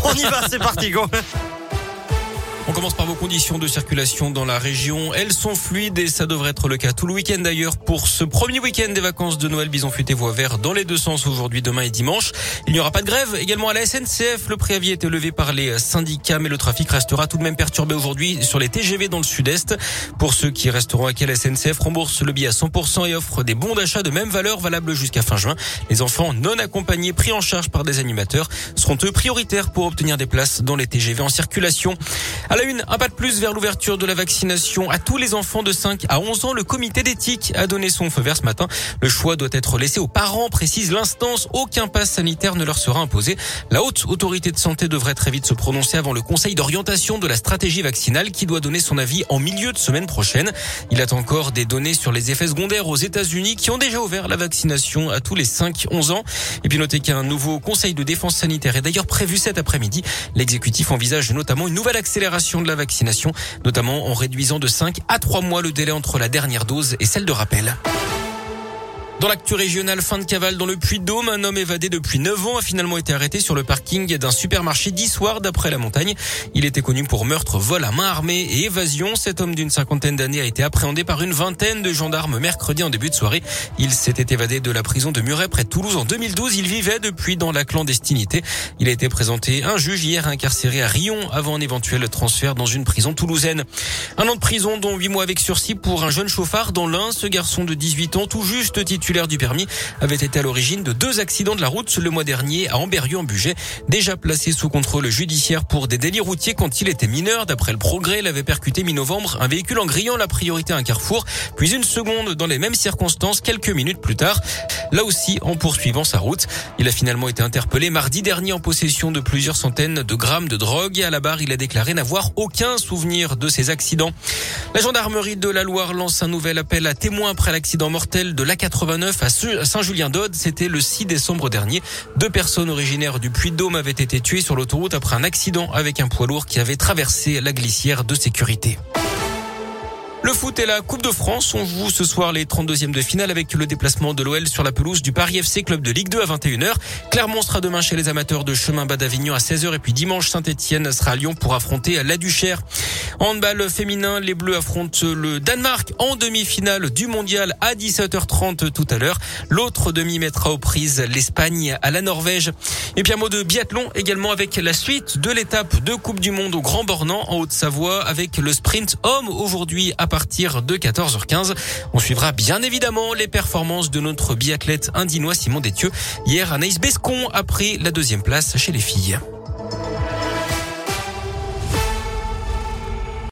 On y va, c'est parti, go. On commence par vos conditions de circulation dans la région. Elles sont fluides et ça devrait être le cas tout le week-end d'ailleurs. Pour ce premier week-end des vacances de Noël, bison futé voie vert dans les deux sens aujourd'hui, demain et dimanche. Il n'y aura pas de grève. Également à la SNCF, le préavis a été levé par les syndicats, mais le trafic restera tout de même perturbé aujourd'hui sur les TGV dans le sud-est. Pour ceux qui resteront à la SNCF rembourse le billet à 100% et offre des bons d'achat de même valeur valables jusqu'à fin juin. Les enfants non accompagnés pris en charge par des animateurs seront eux prioritaires pour obtenir des places dans les TGV en circulation. À la une, un pas de plus vers l'ouverture de la vaccination à tous les enfants de 5 à 11 ans. Le comité d'éthique a donné son feu vert ce matin. Le choix doit être laissé aux parents, précise l'instance. Aucun pass sanitaire ne leur sera imposé. La haute autorité de santé devrait très vite se prononcer avant le conseil d'orientation de la stratégie vaccinale qui doit donner son avis en milieu de semaine prochaine. Il attend encore des données sur les effets secondaires aux États-Unis qui ont déjà ouvert la vaccination à tous les 5-11 ans. Et puis notez qu'un nouveau conseil de défense sanitaire est d'ailleurs prévu cet après-midi. L'exécutif envisage notamment une nouvelle accélération de la vaccination, notamment en réduisant de 5 à 3 mois le délai entre la dernière dose et celle de rappel. Dans l'actu régionale, fin de cavale dans le Puy-de-Dôme, un homme évadé depuis 9 ans a finalement été arrêté sur le parking d'un supermarché d'Issoire d'après la montagne. Il était connu pour meurtre, vol à main armée et évasion. Cet homme d'une 50aine d'années a été appréhendé par une vingtaine de gendarmes mercredi en début de soirée. Il s'était évadé de la prison de Muret près de Toulouse en 2012. Il vivait depuis dans la clandestinité. Il a été présenté un juge hier incarcéré à Riom avant un éventuel transfert dans une prison toulousaine. 1 an de prison dont 8 mois avec sursis pour un jeune chauffard dans l'Ain. Ce garçon de 18 ans tout juste titulaire du permis avait été à l'origine de 2 accidents de la route le mois dernier à Amberieu-en-Bugey, déjà placé sous contrôle judiciaire pour des délits routiers quand il était mineur. D'après le Progrès, il avait percuté mi-novembre un véhicule en grillant la priorité à un carrefour, puis une seconde dans les mêmes circonstances quelques minutes plus tard, là aussi en poursuivant sa route. Il a finalement été interpellé mardi dernier en possession de plusieurs centaines de grammes de drogue. À la barre, il a déclaré n'avoir aucun souvenir de ces accidents. La gendarmerie de la Loire lance un nouvel appel à témoins après l'accident mortel de l'A89 à Saint-Julien-d'Aude. C'était le 6 décembre dernier. 2 personnes originaires du Puy-de-Dôme avaient été tuées sur l'autoroute après un accident avec un poids lourd qui avait traversé la glissière de sécurité. Le foot et la Coupe de France. On joue ce soir les 32e de finale avec le déplacement de l'OL sur la pelouse du Paris FC, club de Ligue 2 à 21h. Clermont sera demain chez les amateurs de chemin bas d'Avignon à 16h et puis dimanche Saint-Etienne sera à Lyon pour affronter la Duchère. En handball féminin, les Bleus affrontent le Danemark en demi-finale du mondial à 17h30 tout à l'heure. L'autre demi mettra aux prises l'Espagne à la Norvège. Et puis un mot de biathlon également avec la suite de l'étape de Coupe du Monde au Grand Bornand en Haute-Savoie avec le sprint homme aujourd'hui à partir de 14h15. On suivra bien évidemment les performances de notre biathlète indinois Simon Détieux. Hier, Anaïs Bescon a pris la 2e place chez les filles.